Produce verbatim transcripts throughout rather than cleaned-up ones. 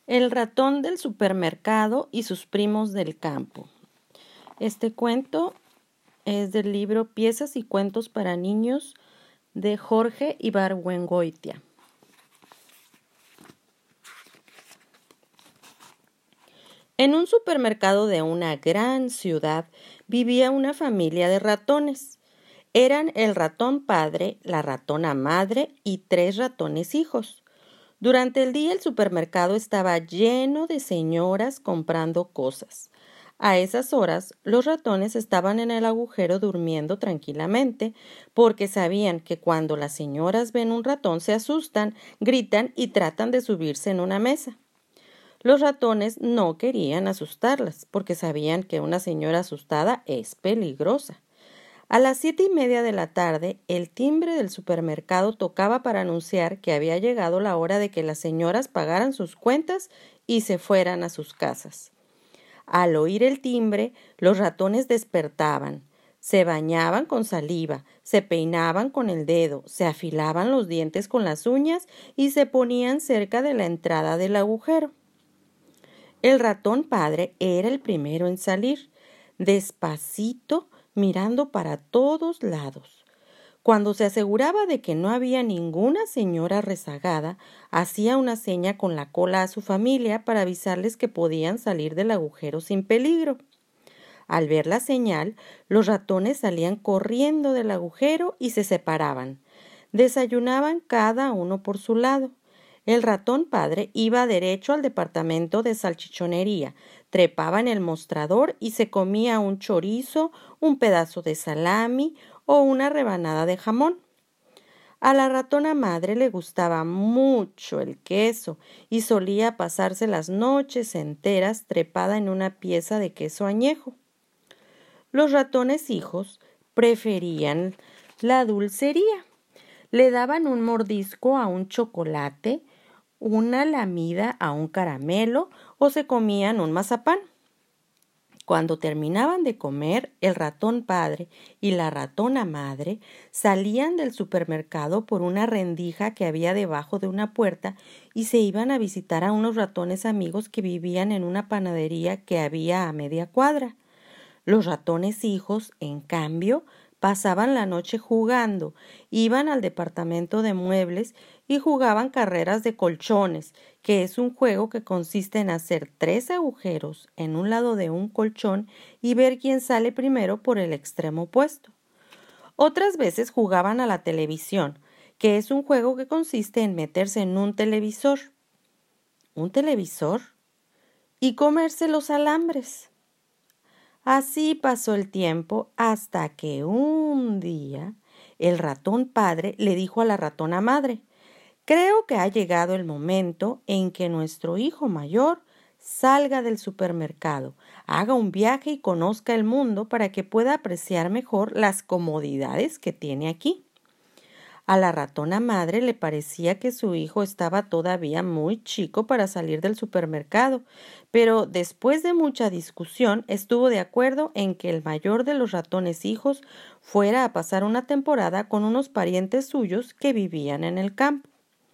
El ratón del supermercado y sus primos del campo. Este cuento es del libro Piezas y cuentos para niños de Jorge Ibargüengoitia. En un supermercado de una gran ciudad vivía una familia de ratones. Eran el ratón padre, la ratona madre y tres ratones hijos. Durante el día el supermercado estaba lleno de señoras comprando cosas. A esas horas los ratones estaban en el agujero durmiendo tranquilamente, porque sabían que cuando las señoras ven un ratón se asustan, gritan y tratan de subirse en una mesa. Los ratones no querían asustarlas, porque sabían que una señora asustada es peligrosa. A las siete y media de la tarde, el timbre del supermercado tocaba para anunciar que había llegado la hora de que las señoras pagaran sus cuentas y se fueran a sus casas. Al oír el timbre, los ratones despertaban, se bañaban con saliva, se peinaban con el dedo, se afilaban los dientes con las uñas y se ponían cerca de la entrada del agujero. El ratón padre era el primero en salir, despacito, mirando para todos lados. Cuando se aseguraba de que no había ninguna señora rezagada, hacía una seña con la cola a su familia para avisarles que podían salir del agujero sin peligro. Al ver la señal, los ratones salían corriendo del agujero y se separaban. Desayunaban cada uno por su lado. El ratón padre iba derecho al departamento de salchichonería, trepaba en el mostrador y se comía un chorizo, un pedazo de salami o una rebanada de jamón. A la ratona madre le gustaba mucho el queso y solía pasarse las noches enteras trepada en una pieza de queso añejo. Los ratones hijos preferían la dulcería. Le daban un mordisco a un chocolate, una lamida a un caramelo o se comían un mazapán. Cuando terminaban de comer, el ratón padre y la ratona madre salían del supermercado por una rendija que había debajo de una puerta y se iban a visitar a unos ratones amigos que vivían en una panadería que había a media cuadra. Los ratones hijos, en cambio, pasaban la noche jugando, iban al departamento de muebles y jugaban carreras de colchones, que es un juego que consiste en hacer tres agujeros en un lado de un colchón y ver quién sale primero por el extremo opuesto. Otras veces jugaban a la televisión, que es un juego que consiste en meterse en un televisor. ¿Un televisor? Y comerse los alambres. Así pasó el tiempo hasta que un día el ratón padre le dijo a la ratona madre: «Creo que ha llegado el momento en que nuestro hijo mayor salga del supermercado, haga un viaje y conozca el mundo para que pueda apreciar mejor las comodidades que tiene aquí». A la ratona madre le parecía que su hijo estaba todavía muy chico para salir del supermercado, pero después de mucha discusión estuvo de acuerdo en que el mayor de los ratones hijos fuera a pasar una temporada con unos parientes suyos que vivían en el campo.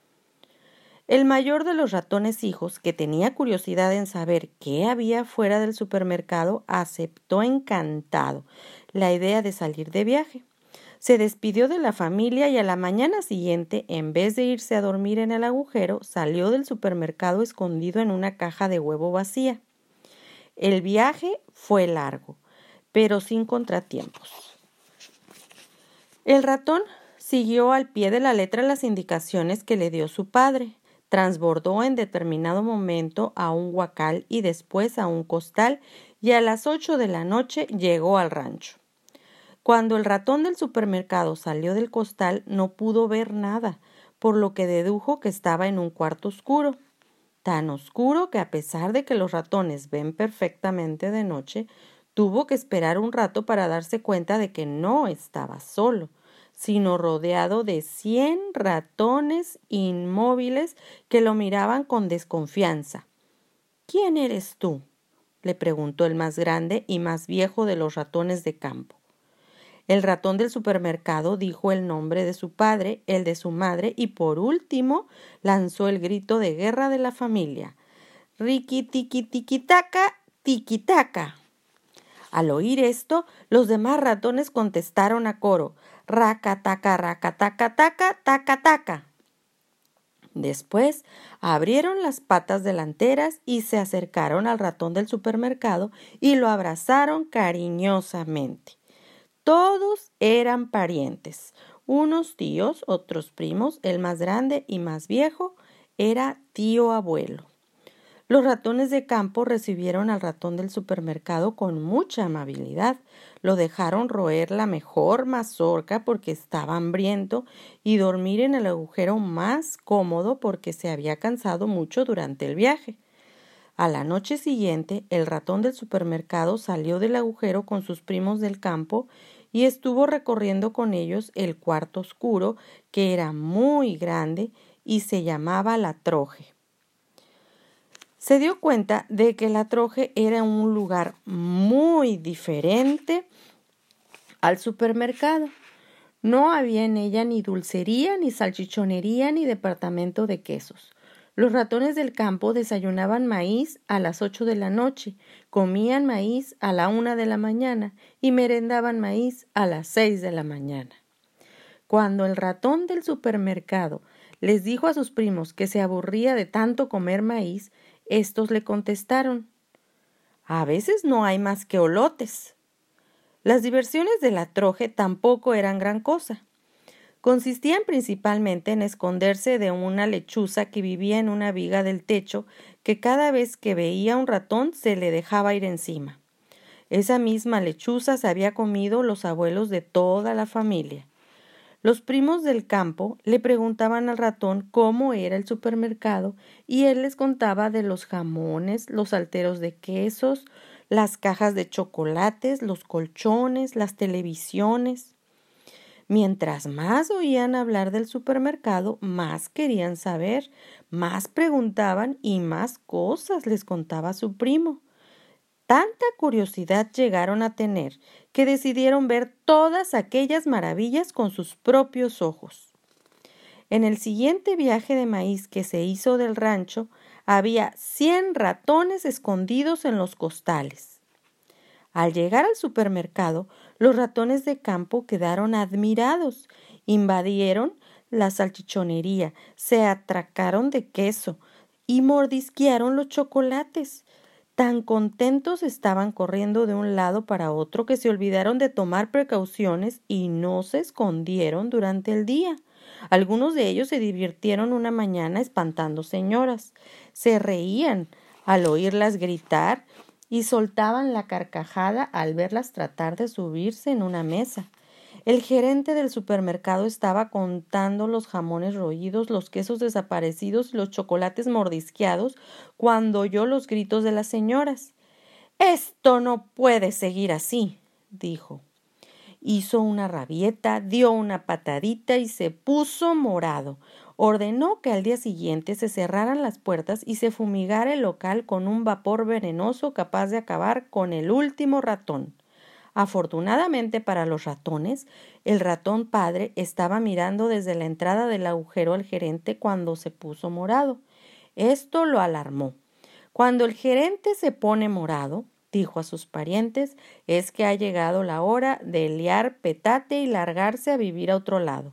El mayor de los ratones hijos, que tenía curiosidad en saber qué había fuera del supermercado, aceptó encantado la idea de salir de viaje. Se despidió de la familia y a la mañana siguiente, en vez de irse a dormir en el agujero, salió del supermercado escondido en una caja de huevo vacía. El viaje fue largo, pero sin contratiempos. El ratón siguió al pie de la letra las indicaciones que le dio su padre. Transbordó en determinado momento a un huacal y después a un costal y a las ocho de la noche llegó al rancho. Cuando el ratón del supermercado salió del costal no pudo ver nada, por lo que dedujo que estaba en un cuarto oscuro. Tan oscuro que a pesar de que los ratones ven perfectamente de noche, tuvo que esperar un rato para darse cuenta de que no estaba solo, sino rodeado de cien ratones inmóviles que lo miraban con desconfianza. «¿Quién eres tú?», le preguntó el más grande y más viejo de los ratones de campo. El ratón del supermercado dijo el nombre de su padre, el de su madre y por último lanzó el grito de guerra de la familia. Riqui tiqui tiquitaca, tiquitaca. Al oír esto, los demás ratones contestaron a coro, raca taca raca taca taca taca taca. Después abrieron las patas delanteras y se acercaron al ratón del supermercado y lo abrazaron cariñosamente. Todos eran parientes, unos tíos, otros primos, el más grande y más viejo era tío abuelo. Los ratones de campo recibieron al ratón del supermercado con mucha amabilidad. Lo dejaron roer la mejor mazorca porque estaba hambriento y dormir en el agujero más cómodo porque se había cansado mucho durante el viaje. A la noche siguiente, el ratón del supermercado salió del agujero con sus primos del campo y estuvo recorriendo con ellos el cuarto oscuro, que era muy grande y se llamaba la troje. Se dio cuenta de que la troje era un lugar muy diferente al supermercado. No había en ella ni dulcería, ni salchichonería, ni departamento de quesos. Los ratones del campo desayunaban maíz a las ocho de la noche, comían maíz a la una de la mañana y merendaban maíz a las seis de la mañana. Cuando el ratón del supermercado les dijo a sus primos que se aburría de tanto comer maíz, estos le contestaron: «A veces no hay más que olotes». Las diversiones de la troje tampoco eran gran cosa. Consistían principalmente en esconderse de una lechuza que vivía en una viga del techo, que cada vez que veía un ratón se le dejaba ir encima. Esa misma lechuza se había comido los abuelos de toda la familia. Los primos del campo le preguntaban al ratón cómo era el supermercado y él les contaba de los jamones, los salteros de quesos, las cajas de chocolates, los colchones, las televisiones. Mientras más oían hablar del supermercado, más querían saber, más preguntaban y más cosas les contaba su primo. Tanta curiosidad llegaron a tener que decidieron ver todas aquellas maravillas con sus propios ojos. En el siguiente viaje de maíz que se hizo del rancho, había cien ratones escondidos en los costales. Al llegar al supermercado, los ratones de campo quedaron admirados, invadieron la salchichonería, se atracaron de queso y mordisquearon los chocolates. Tan contentos estaban corriendo de un lado para otro que se olvidaron de tomar precauciones y no se escondieron durante el día. Algunos de ellos se divirtieron una mañana espantando señoras. Se reían al oírlas gritar y soltaban la carcajada al verlas tratar de subirse en una mesa. El gerente del supermercado estaba contando los jamones roídos, los quesos desaparecidos y los chocolates mordisqueados cuando oyó los gritos de las señoras. «Esto no puede seguir así», dijo. Hizo una rabieta, dio una patadita y se puso morado. Ordenó que al día siguiente se cerraran las puertas y se fumigara el local con un vapor venenoso capaz de acabar con el último ratón. Afortunadamente para los ratones, el ratón padre estaba mirando desde la entrada del agujero al gerente cuando se puso morado. Esto lo alarmó. Cuando el gerente se pone morado, dijo a sus parientes, es que ha llegado la hora de liar petate y largarse a vivir a otro lado.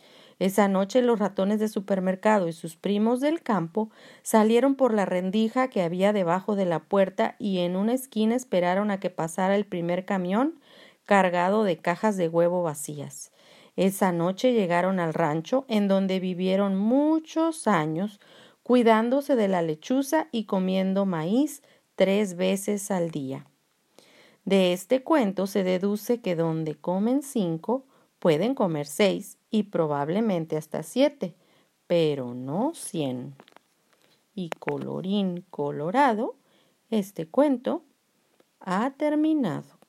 Esa noche los ratones de supermercado y sus primos del campo salieron por la rendija que había debajo de la puerta y en una esquina esperaron a que pasara el primer camión cargado de cajas de huevo vacías. Esa noche llegaron al rancho en donde vivieron muchos años cuidándose de la lechuza y comiendo maíz tres veces al día. De este cuento se deduce que donde comen cinco, pueden comer seis y probablemente hasta siete, pero no cien. Y colorín colorado, este cuento ha terminado.